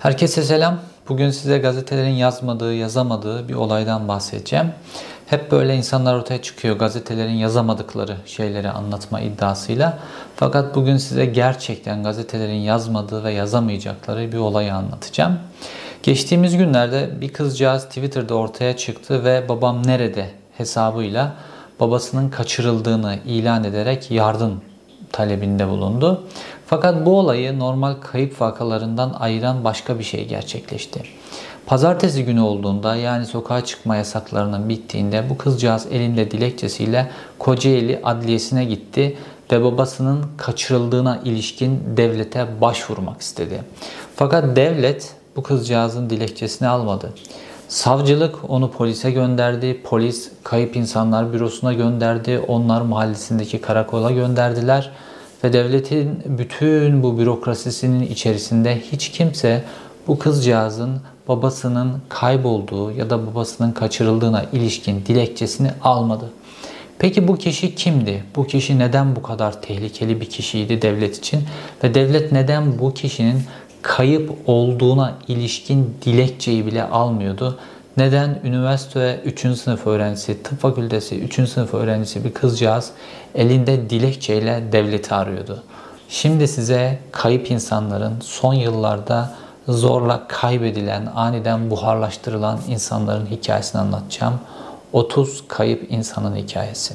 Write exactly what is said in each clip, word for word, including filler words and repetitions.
Herkese selam. Bugün size gazetelerin yazmadığı, yazamadığı bir olaydan bahsedeceğim. Hep böyle insanlar ortaya çıkıyor gazetelerin yazamadıkları şeyleri anlatma iddiasıyla. Fakat bugün size gerçekten gazetelerin yazmadığı ve yazamayacakları bir olayı anlatacağım. Geçtiğimiz günlerde bir kızcağız Twitter'da ortaya çıktı ve "babam nerede" hesabıyla babasının kaçırıldığını ilan ederek yardım talebinde bulundu. Fakat bu olayı normal kayıp vakalarından ayıran başka bir şey gerçekleşti. Pazartesi günü olduğunda, yani sokağa çıkma yasaklarının bittiğinde, bu kızcağız elinde dilekçesiyle Kocaeli Adliyesi'ne gitti ve babasının kaçırıldığına ilişkin devlete başvurmak istedi. Fakat devlet bu kızcağızın dilekçesini almadı. Savcılık onu polise gönderdi. Polis kayıp insanlar bürosuna gönderdi. Onlar mahallesindeki karakola gönderdiler. Ve devletin bütün bu bürokrasisinin içerisinde hiç kimse bu kızcağızın babasının kaybolduğu ya da babasının kaçırıldığına ilişkin dilekçesini almadı. Peki bu kişi kimdi? Bu kişi neden bu kadar tehlikeli bir kişiydi devlet için? Ve devlet neden bu kişinin kayıp olduğuna ilişkin dilekçeyi bile almıyordu? Neden üniversite üçüncü sınıf öğrencisi, tıp fakültesi üçüncü sınıf öğrencisi bir kızcağız elinde dilekçeyle devleti arıyordu? Şimdi size kayıp insanların, son yıllarda zorla kaybedilen, aniden buharlaştırılan insanların hikayesini anlatacağım. otuz kayıp insanın hikayesi.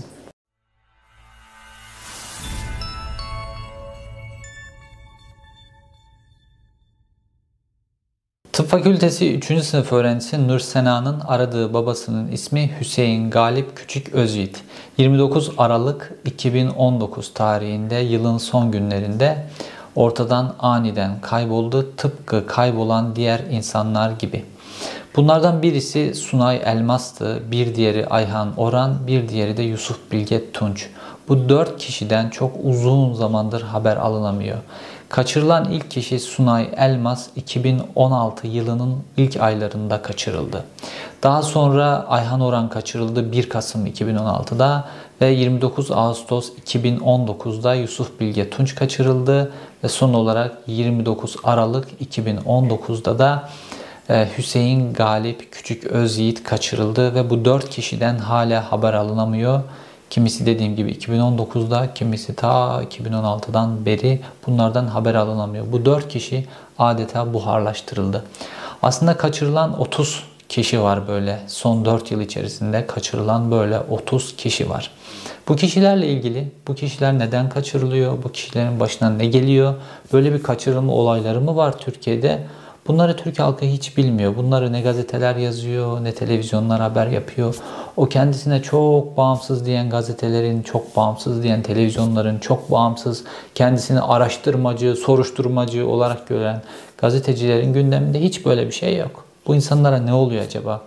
Tıp fakültesi üçüncü sınıf öğrencisi Nur Sena'nın aradığı babasının ismi Hüseyin Galip Küçük Özyiğit. yirmi dokuz Aralık iki bin on dokuz tarihinde, yılın son günlerinde ortadan aniden kayboldu, tıpkı kaybolan diğer insanlar gibi. Bunlardan birisi Sunay Elmas'tı, bir diğeri Ayhan Oran, bir diğeri de Yusuf Bilge Tunç. Bu dört kişiden çok uzun zamandır haber alınamıyor. Kaçırılan ilk kişi Sunay Elmas iki bin on altı yılının ilk aylarında kaçırıldı. Daha sonra Ayhan Oran kaçırıldı bir Kasım iki bin on altıda ve yirmi dokuz Ağustos iki bin on dokuzda Yusuf Bilge Tunç kaçırıldı ve son olarak yirmi dokuz Aralık iki bin on dokuzda da Hüseyin Galip Küçük Özyiğit kaçırıldı ve bu dört kişiden hala haber alınamıyor. Kimisi dediğim gibi iki bin on dokuzda, kimisi ta iki bin on altıdan beri bunlardan haber alınamıyor. Bu dört kişi adeta buharlaştırıldı. Aslında kaçırılan otuz kişi var böyle. Son dört yıl içerisinde kaçırılan böyle otuz kişi var. Bu kişilerle ilgili, bu kişiler neden kaçırılıyor? Bu kişilerin başına ne geliyor? Böyle bir kaçırılma olayları mı var Türkiye'de? Bunları Türk halkı hiç bilmiyor. Bunları ne gazeteler yazıyor, ne televizyonlar haber yapıyor. O kendisine çok bağımsız diyen gazetelerin, çok bağımsız diyen televizyonların, çok bağımsız, kendisini araştırmacı, soruşturmacı olarak gören gazetecilerin gündeminde hiç böyle bir şey yok. Bu insanlara ne oluyor acaba?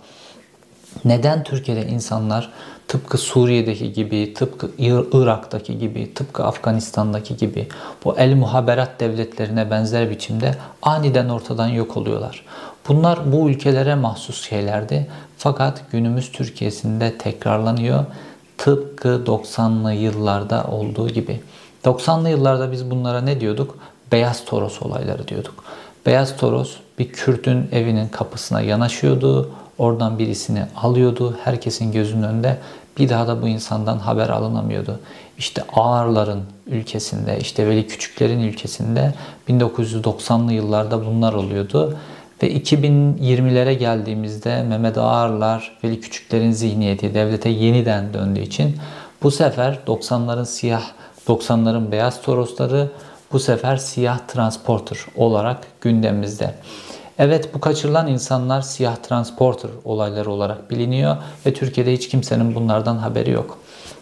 Neden Türkiye'de insanlar tıpkı Suriye'deki gibi, tıpkı Irak'taki gibi, tıpkı Afganistan'daki gibi bu el muhaberat devletlerine benzer biçimde aniden ortadan yok oluyorlar? Bunlar bu ülkelere mahsus şeylerdi. Fakat günümüz Türkiye'sinde tekrarlanıyor. Tıpkı doksanlı yıllarda olduğu gibi. doksanlı yıllarda biz bunlara ne diyorduk? Beyaz Toros olayları diyorduk. Beyaz Toros bir Kürt'ün evinin kapısına yanaşıyordu. Oradan birisini alıyordu. Herkesin gözünün önünde. Bir daha da bu insandan haber alınamıyordu. İşte Ağarların ülkesinde, işte Veli Küçükler'in ülkesinde bin dokuz yüz doksanlı yıllarda bunlar oluyordu. Ve iki bin yirmilere geldiğimizde Mehmet Ağarlar, Veli Küçükler'in zihniyeti devlete yeniden döndüğü için bu sefer doksanların siyah, doksanların beyaz torosları bu sefer siyah transporter olarak gündemimizde. Evet, bu kaçırılan insanlar siyah transporter olayları olarak biliniyor ve Türkiye'de hiç kimsenin bunlardan haberi yok.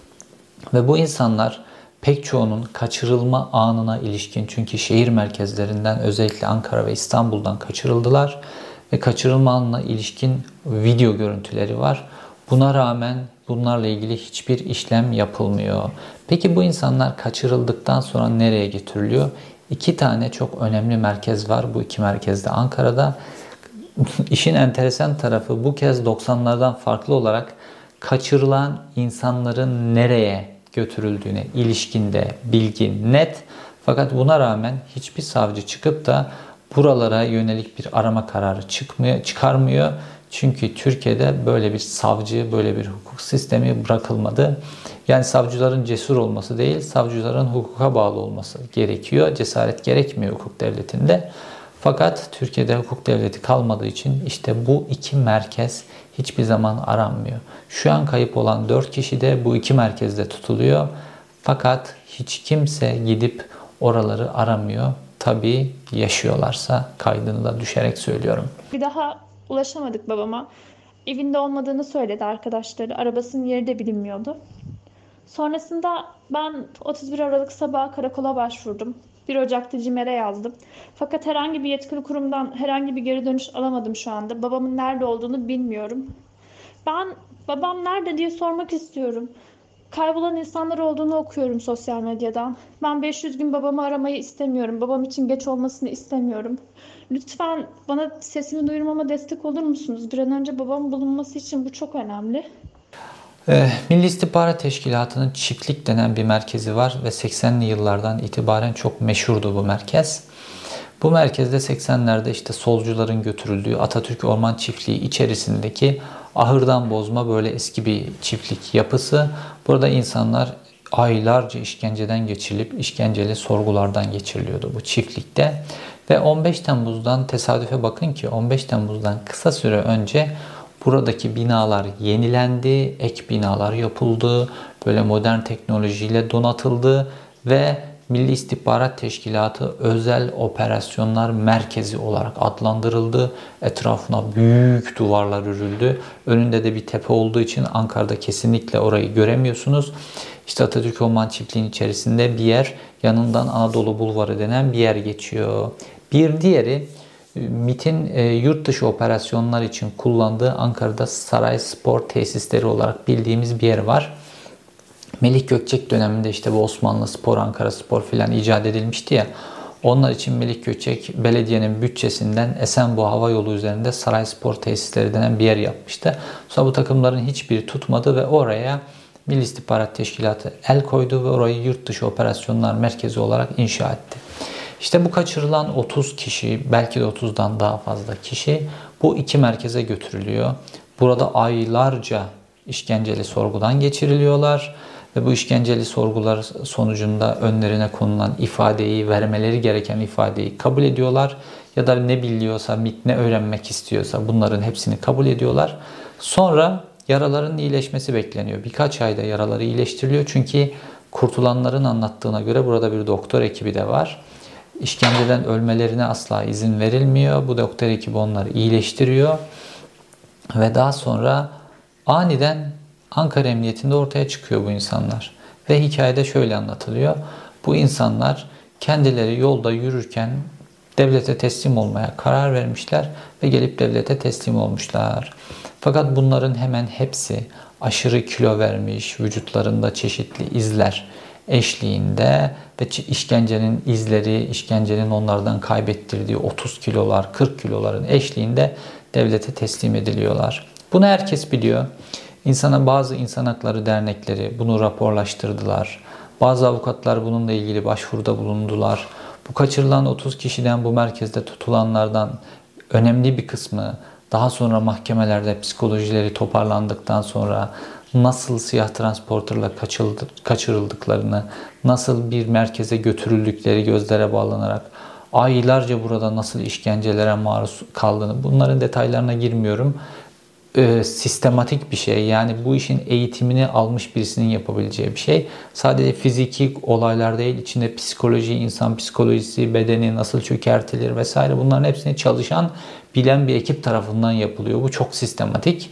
Ve bu insanlar pek çoğunun kaçırılma anına ilişkin, çünkü şehir merkezlerinden, özellikle Ankara ve İstanbul'dan kaçırıldılar ve kaçırılma anına ilişkin video görüntüleri var. Buna rağmen bunlarla ilgili hiçbir işlem yapılmıyor. Peki bu insanlar kaçırıldıktan sonra nereye getiriliyor? İki tane çok önemli merkez var. Bu iki merkezde Ankara'da. İşin enteresan tarafı, bu kez doksanlardan farklı olarak kaçırılan insanların nereye götürüldüğüne ilişkinde bilgi net. Fakat buna rağmen hiçbir savcı çıkıp da buralara yönelik bir arama kararı çıkmıyor, çıkarmıyor. Çünkü Türkiye'de böyle bir savcı, böyle bir hukuk sistemi bırakılmadı. Yani savcıların cesur olması değil, savcıların hukuka bağlı olması gerekiyor. Cesaret gerekmiyor hukuk devletinde. Fakat Türkiye'de hukuk devleti kalmadığı için işte bu iki merkez hiçbir zaman aranmıyor. Şu an kayıp olan dört kişi de bu iki merkezde tutuluyor. Fakat hiç kimse gidip oraları aramıyor. Tabii yaşıyorlarsa, kaydını da düşerek söylüyorum. Bir daha ulaşamadık babama. Evinde olmadığını söyledi arkadaşları. Arabasının yeri de bilinmiyordu. Sonrasında ben otuz bir Aralık sabahı karakola başvurdum. bir Ocak'ta CİMER'e yazdım. Fakat herhangi bir yetkili kurumdan herhangi bir geri dönüş alamadım şu anda. Babamın nerede olduğunu bilmiyorum. Ben babam nerede diye sormak istiyorum. Kaybolan insanlar olduğunu okuyorum sosyal medyadan. Ben beş yüz gün babamı aramayı istemiyorum. Babam için geç olmasını istemiyorum. Lütfen bana sesimi duyurmama destek olur musunuz? Bir an önce babamın bulunması için bu çok önemli. Milli İstihbarat Teşkilatı'nın çiftlik denen bir merkezi var ve seksenli yıllardan itibaren çok meşhurdu bu merkez. Bu merkezde seksenlerde işte solcuların götürüldüğü Atatürk Orman Çiftliği içerisindeki ahırdan bozma böyle eski bir çiftlik yapısı. Burada insanlar aylarca işkenceden geçirilip işkenceli sorgulardan geçiriliyordu bu çiftlikte. Ve on beş Temmuz'dan tesadüfe bakın ki on beş Temmuz'dan kısa süre önce buradaki binalar yenilendi, ek binalar yapıldı, böyle modern teknolojiyle donatıldı ve Milli İstihbarat Teşkilatı Özel Operasyonlar Merkezi olarak adlandırıldı. Etrafına büyük duvarlar örüldü. Önünde de bir tepe olduğu için Ankara'da kesinlikle orayı göremiyorsunuz. İşte Atatürk Orman Çiftliği'nin içerisinde bir yer, yanından Anadolu Bulvarı denen bir yer geçiyor. Bir diğeri MİT'in e, yurt dışı operasyonlar için kullandığı Ankara'da Saray Spor Tesisleri olarak bildiğimiz bir yer var. Melih Gökçek döneminde işte bu Osmanlı Spor, Ankara Spor filan icat edilmişti ya. Onlar için Melih Gökçek belediyenin bütçesinden Esenboğa Hava Yolu üzerinde Saray Spor Tesisleri denen bir yer yapmıştı. Sonra bu takımların hiçbiri tutmadı ve oraya Milli İstihbarat Teşkilatı el koydu ve orayı yurt dışı operasyonlar merkezi olarak inşa etti. İşte bu kaçırılan otuz kişi, belki de otuzdan daha fazla kişi bu iki merkeze götürülüyor. Burada aylarca işkenceli sorgudan geçiriliyorlar ve bu işkenceli sorgular sonucunda önlerine konulan ifadeyi, vermeleri gereken ifadeyi kabul ediyorlar. Ya da ne biliyorsa, MİT ne öğrenmek istiyorsa bunların hepsini kabul ediyorlar. Sonra yaraların iyileşmesi bekleniyor. Birkaç ayda yaraları iyileştiriliyor. Çünkü kurtulanların anlattığına göre burada bir doktor ekibi de var. İşkenceden ölmelerine asla izin verilmiyor. Bu doktor ekibi onları iyileştiriyor. Ve daha sonra aniden Ankara Emniyetinde ortaya çıkıyor bu insanlar. Ve hikayede şöyle anlatılıyor. Bu insanlar kendileri yolda yürürken devlete teslim olmaya karar vermişler ve gelip devlete teslim olmuşlar. Fakat bunların hemen hepsi aşırı kilo vermiş, vücutlarında çeşitli izler eşliğinde ve işkencenin izleri, işkencenin onlardan kaybettirdiği otuz kilolar, kırk kiloların eşliğinde devlete teslim ediliyorlar. Bunu herkes biliyor. İnsana bazı insan hakları dernekleri bunu raporlaştırdılar. Bazı avukatlar bununla ilgili başvuruda bulundular. Bu kaçırılan otuz kişiden, bu merkezde tutulanlardan önemli bir kısmı daha sonra mahkemelerde psikolojileri toparlandıktan sonra nasıl siyah transporterla kaçırıldıklarını, nasıl bir merkeze götürüldükleri gözlere bağlanarak aylarca burada nasıl işkencelere maruz kaldığını, bunların detaylarına girmiyorum. Ee, sistematik bir şey, yani bu işin eğitimini almış birisinin yapabileceği bir şey. Sadece fiziki olaylar değil, içinde psikoloji, insan psikolojisi, bedeni nasıl çökertilir vesaire, bunların hepsini çalışan, bilen bir ekip tarafından yapılıyor. Bu çok sistematik.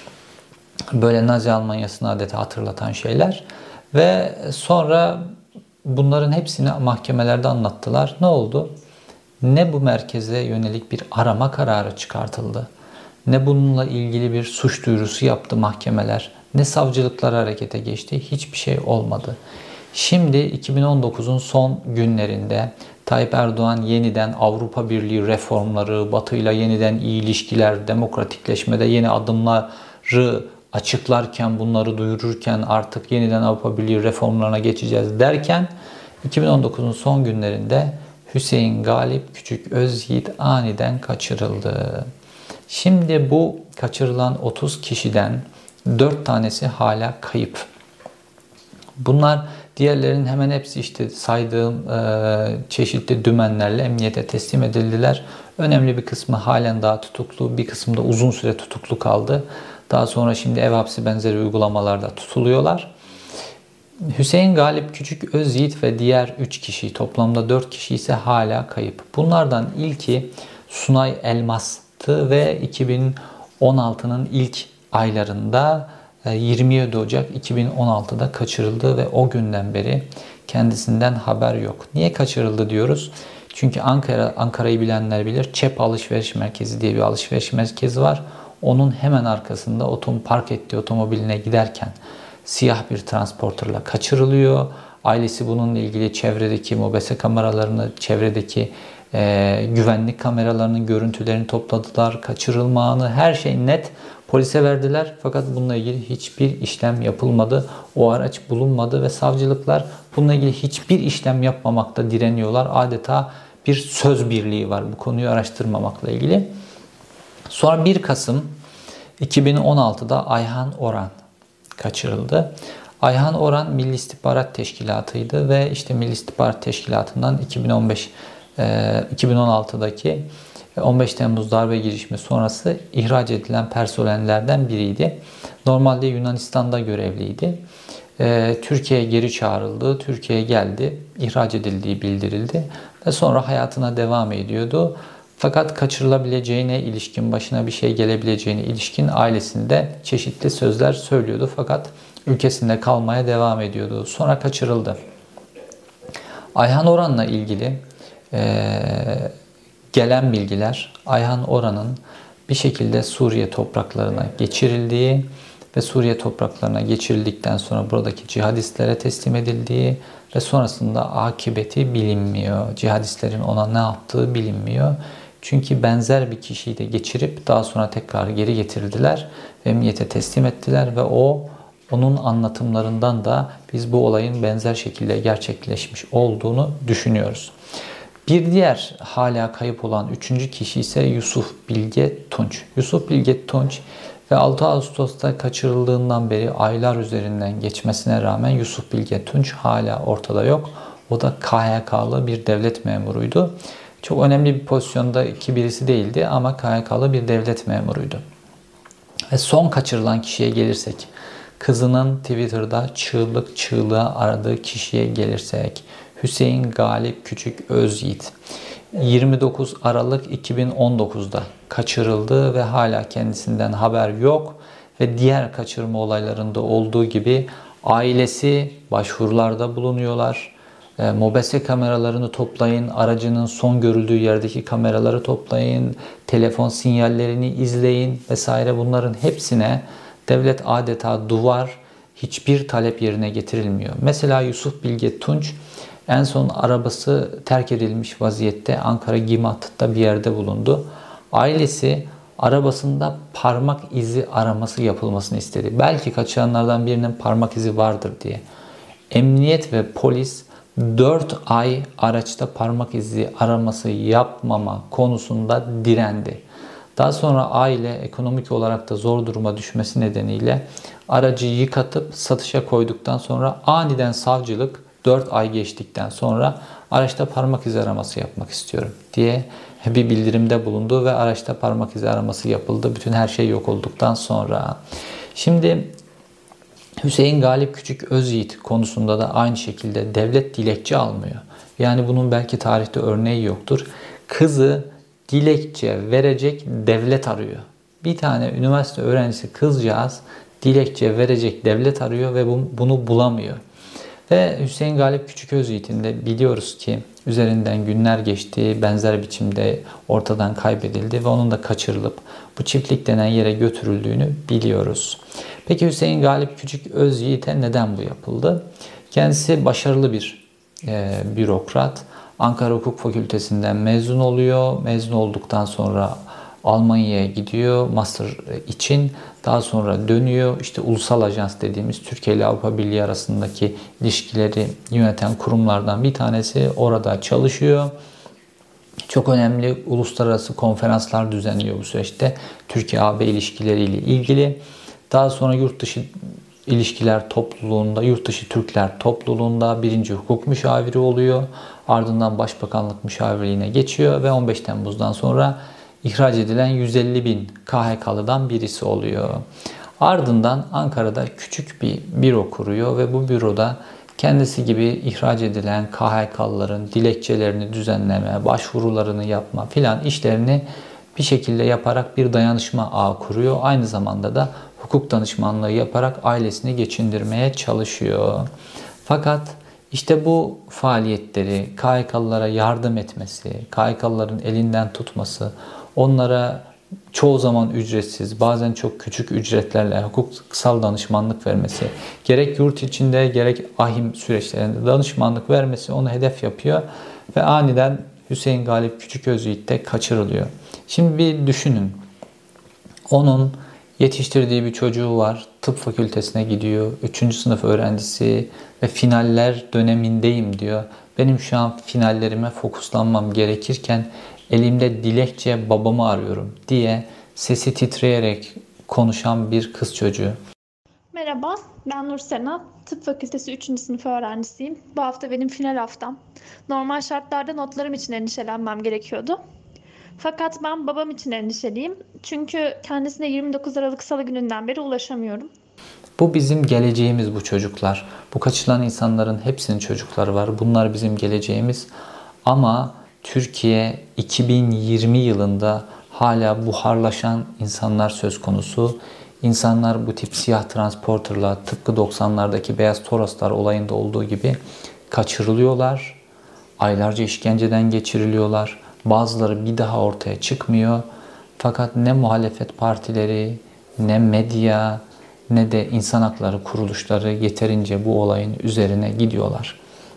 Böyle Nazi Almanyası'nı adeta hatırlatan şeyler. Ve sonra bunların hepsini mahkemelerde anlattılar. Ne oldu? Ne bu merkeze yönelik bir arama kararı çıkartıldı, ne bununla ilgili bir suç duyurusu yaptı mahkemeler, ne savcılıklar harekete geçti, hiçbir şey olmadı. Şimdi iki bin on dokuzun son günlerinde Tayyip Erdoğan yeniden Avrupa Birliği reformları, Batı ile yeniden iyi ilişkiler, demokratikleşmede yeni adımları açıklarken, bunları duyururken, artık yeniden Avrupa Birliği reformlarına geçeceğiz derken iki bin on dokuzun son günlerinde Hüseyin Galip Küçük Özyiğit aniden kaçırıldı. Şimdi bu kaçırılan otuz kişiden dört tanesi hala kayıp. Bunlar diğerlerinin hemen hepsi işte saydığım e, çeşitli dümenlerle emniyete teslim edildiler. Önemli bir kısmı halen daha tutuklu, bir kısmı da uzun süre tutuklu kaldı. Daha sonra şimdi ev hapsi benzeri uygulamalarda tutuluyorlar. Hüseyin Galip Küçük Özyiğit ve diğer üç kişi, toplamda dört kişi ise hala kayıp. Bunlardan ilki Sunay Elmas'tı ve iki bin on altının ilk aylarında yirmi yedi Ocak iki bin on altıda kaçırıldı ve o günden beri kendisinden haber yok. Niye kaçırıldı diyoruz? Çünkü Ankara, Ankara'yı bilenler bilir. ÇEP Alışveriş Merkezi diye bir alışveriş merkezi var. Onun hemen arkasında otom park ettiği otomobiline giderken siyah bir transporterla kaçırılıyor. Ailesi bununla ilgili çevredeki mobese kameralarını, çevredeki e, güvenlik kameralarının görüntülerini topladılar. Kaçırılma anı, her şey net. Polise verdiler fakat bununla ilgili hiçbir işlem yapılmadı. O araç bulunmadı ve savcılıklar bununla ilgili hiçbir işlem yapmamakta direniyorlar. Adeta bir söz birliği var bu konuyu araştırmamakla ilgili. Sonra bir Kasım iki bin on altıda Ayhan Oran kaçırıldı. Ayhan Oran Milli İstihbarat Teşkilatı'ydı ve işte Milli İstihbarat Teşkilatı'ndan iki bin on beş iki bin on altıdaki on beş Temmuz darbe girişimi sonrası ihraç edilen personellerden biriydi. Normalde Yunanistan'da görevliydi. Türkiye'ye geri çağrıldı. Türkiye'ye geldi. İhraç edildiği bildirildi ve sonra hayatına devam ediyordu. Fakat kaçırılabileceğine ilişkin, başına bir şey gelebileceğine ilişkin ailesinde çeşitli sözler söylüyordu. Fakat ülkesinde kalmaya devam ediyordu. Sonra kaçırıldı. Ayhan Oran'la ilgili e, gelen bilgiler, Ayhan Oran'ın bir şekilde Suriye topraklarına geçirildiği ve Suriye topraklarına geçirildikten sonra buradaki cihadistlere teslim edildiği ve sonrasında akıbeti bilinmiyor. Cihadistlerin ona ne yaptığı bilinmiyor. Çünkü benzer bir kişiyi de geçirip daha sonra tekrar geri getirdiler ve emniyete teslim ettiler ve o onun anlatımlarından da biz bu olayın benzer şekilde gerçekleşmiş olduğunu düşünüyoruz. Bir diğer hala kayıp olan üçüncü kişi ise Yusuf Bilge Tunç. Yusuf Bilge Tunç ve altı Ağustos'ta kaçırıldığından beri aylar üzerinden geçmesine rağmen Yusuf Bilge Tunç hala ortada yok. O da K H K'lı bir devlet memuruydu. Çok önemli bir pozisyondaki birisi değildi ama K H K'lı bir devlet memuruydu. Ve son kaçırılan kişiye gelirsek, kızının Twitter'da çığlık çığlığa aradığı kişiye gelirsek, Hüseyin Galip Küçük Özyiğit yirmi dokuz Aralık iki bin on dokuzda kaçırıldı ve hala kendisinden haber yok ve diğer kaçırma olaylarında olduğu gibi ailesi başvurularda bulunuyorlar. E, mobese kameralarını toplayın, aracının son görüldüğü yerdeki kameraları toplayın, telefon sinyallerini izleyin vesaire, bunların hepsine devlet adeta duvar, hiçbir talep yerine getirilmiyor. Mesela Yusuf Bilge Tunç en son arabası terk edilmiş vaziyette Ankara Gimat'ta bir yerde bulundu. Ailesi arabasında parmak izi araması yapılmasını istedi. Belki kaçıranlardan birinin parmak izi vardır diye. Emniyet ve polis dört ay araçta parmak izi araması yapmama konusunda direndi. Daha sonra aile ekonomik olarak da zor duruma düşmesi nedeniyle aracı yıkatıp satışa koyduktan sonra aniden savcılık dört ay geçtikten sonra araçta parmak izi araması yapmak istiyorum diye bir bildirimde bulundu ve araçta parmak izi araması yapıldı. Bütün her şey yok olduktan sonra. Şimdi Hüseyin Galip Küçük Özyiğit konusunda da aynı şekilde devlet dilekçe almıyor. Yani bunun belki tarihte örneği yoktur. Kızı dilekçe verecek devlet arıyor. Bir tane üniversite öğrencisi kızcağız dilekçe verecek devlet arıyor ve bunu bulamıyor. Ve Hüseyin Galip Küçük Özyiğit'in de biliyoruz ki üzerinden günler geçti, benzer biçimde ortadan kaybedildi ve onun da kaçırılıp bu çiftlik denen yere götürüldüğünü biliyoruz. Peki Hüseyin Galip Küçük Özyiğit'e neden bu yapıldı? Kendisi başarılı bir e, bürokrat. Ankara Hukuk Fakültesinden mezun oluyor. Mezun olduktan sonra Almanya'ya gidiyor master için. Daha sonra dönüyor. İşte ulusal ajans dediğimiz Türkiye ile Avrupa Birliği arasındaki ilişkileri yöneten kurumlardan bir tanesi. Orada çalışıyor. Çok önemli uluslararası konferanslar düzenliyor bu süreçte Türkiye-A B ilişkileriyle ilgili. Daha sonra yurt dışı ilişkiler topluluğunda, yurt dışı Türkler topluluğunda birinci hukuk müşaviri oluyor. Ardından Başbakanlık müşavirliğine geçiyor ve on beş Temmuz'dan sonra ihraç edilen yüz elli bin K H K'lıdan birisi oluyor. Ardından Ankara'da küçük bir büro kuruyor ve bu büroda kendisi gibi ihraç edilen K H K'lıların dilekçelerini düzenleme, başvurularını yapma filan işlerini bir şekilde yaparak bir dayanışma ağı kuruyor. Aynı zamanda da hukuk danışmanlığı yaparak ailesini geçindirmeye çalışıyor. Fakat işte bu faaliyetleri, K H K'lılara yardım etmesi, K H K'lıların elinden tutması, onlara çoğu zaman ücretsiz, bazen çok küçük ücretlerle hukuksal danışmanlık vermesi, gerek yurt içinde gerek ahim süreçlerinde danışmanlık vermesi onu hedef yapıyor ve aniden Hüseyin Galip Küçüközyiğit de kaçırılıyor. Şimdi bir düşünün. Onun yetiştirdiği bir çocuğu var. Tıp fakültesine gidiyor. üçüncü sınıf öğrencisi ve finaller dönemindeyim diyor. Benim şu an finallerime fokuslanmam gerekirken elimde dilekçe babamı arıyorum diye sesi titreyerek konuşan bir kız çocuğu. Merhaba, ben Nur Sena. Tıp Fakültesi üçüncü sınıf öğrencisiyim. Bu hafta benim final haftam. Normal şartlarda notlarım için endişelenmem gerekiyordu. Fakat ben babam için endişeliyim. Çünkü kendisine yirmi dokuz Aralık Salı gününden beri ulaşamıyorum. Bu bizim geleceğimiz bu çocuklar. Bu kaçılan insanların hepsinin çocukları var. Bunlar bizim geleceğimiz. Ama Türkiye iki bin yirmi yılında hala buharlaşan insanlar söz konusu. İnsanlar bu tip siyah transporterla tıpkı doksanlardaki beyaz Toroslar olayında olduğu gibi kaçırılıyorlar. Aylarca işkenceden geçiriliyorlar. Bazıları bir daha ortaya çıkmıyor. Fakat ne muhalefet partileri, ne medya, ne de insan hakları kuruluşları yeterince bu olayın üzerine gidiyorlar.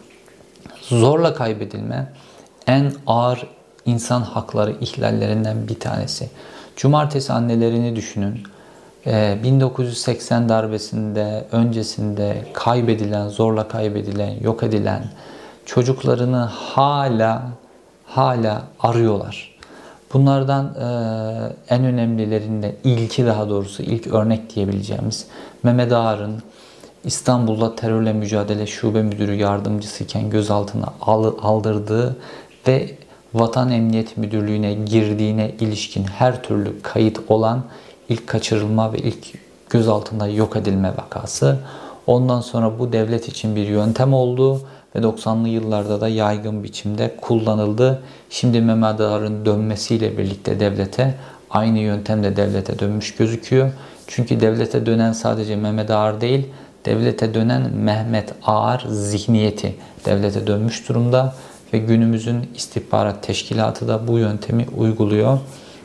Zorla kaybedilme en ağır insan hakları ihlallerinden bir tanesi. Cumartesi annelerini düşünün. bin dokuz yüz seksen darbesinde, öncesinde kaybedilen, zorla kaybedilen, yok edilen çocuklarını hala hala arıyorlar. Bunlardan e, en önemlilerinden ilki daha doğrusu ilk örnek diyebileceğimiz Mehmet Ağar'ın İstanbul'da terörle mücadele şube müdürü yardımcısıyken gözaltına aldırdığı ve Vatan Emniyet Müdürlüğü'ne girdiğine ilişkin her türlü kayıt olan ilk kaçırılma ve ilk gözaltında yok edilme vakası. Ondan sonra bu devlet için bir yöntem oldu ve doksanlı yıllarda da yaygın biçimde kullanıldı. Şimdi Mehmet Ağar'ın dönmesiyle birlikte devlete aynı yöntemle devlete dönmüş gözüküyor. Çünkü devlete dönen sadece Mehmet Ağar değil, devlete dönen Mehmet Ağar zihniyeti devlete dönmüş durumda ve günümüzün istihbarat teşkilatı da bu yöntemi uyguluyor.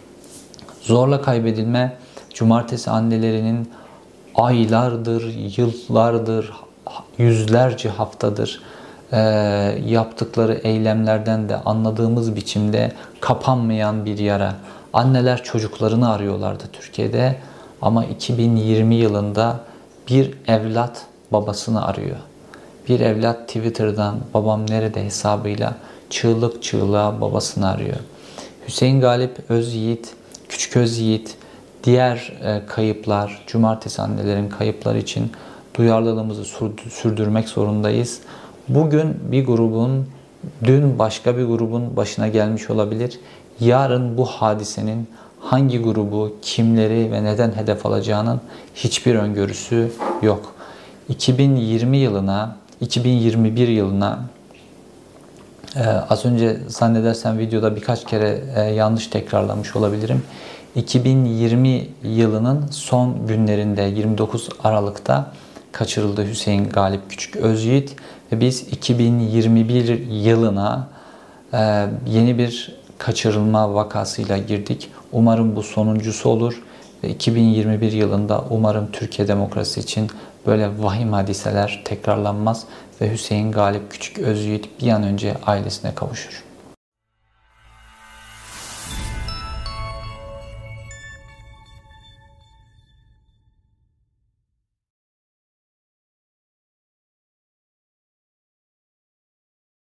Zorla kaybedilme, cumartesi annelerinin aylardır, yıllardır, yüzlerce haftadır e, yaptıkları eylemlerden de anladığımız biçimde kapanmayan bir yara. Anneler çocuklarını arıyorlardı Türkiye'de ama iki bin yirmi yılında bir evlat babasını arıyor. Bir evlat Twitter'dan babam nerede hesabıyla çığlık çığlığa babasını arıyor. Hüseyin Galip Özyiğit, Küçüközyiğit, diğer e, kayıplar, cumartesi annelerin kayıpları için duyarlılığımızı sürdürmek zorundayız. Bugün bir grubun, dün başka bir grubun başına gelmiş olabilir. Yarın bu hadisenin hangi grubu, kimleri ve neden hedef alacağının hiçbir öngörüsü yok. iki bin yirmi yılına, iki bin yirmi bir yılına e, az önce zannedersem videoda birkaç kere e, yanlış tekrarlamış olabilirim. iki bin yirmi yılının son günlerinde yirmi dokuz Aralık'ta kaçırıldı Hüseyin Galip Küçüközyiğit ve biz iki bin yirmi bir yılına e, yeni bir kaçırılma vakasıyla girdik. Umarım bu sonuncusu olur ve iki bin yirmi bir yılında umarım Türkiye demokrasi için böyle vahim hadiseler tekrarlanmaz ve Hüseyin Galip Küçüközyiğit bir an önce ailesine kavuşur.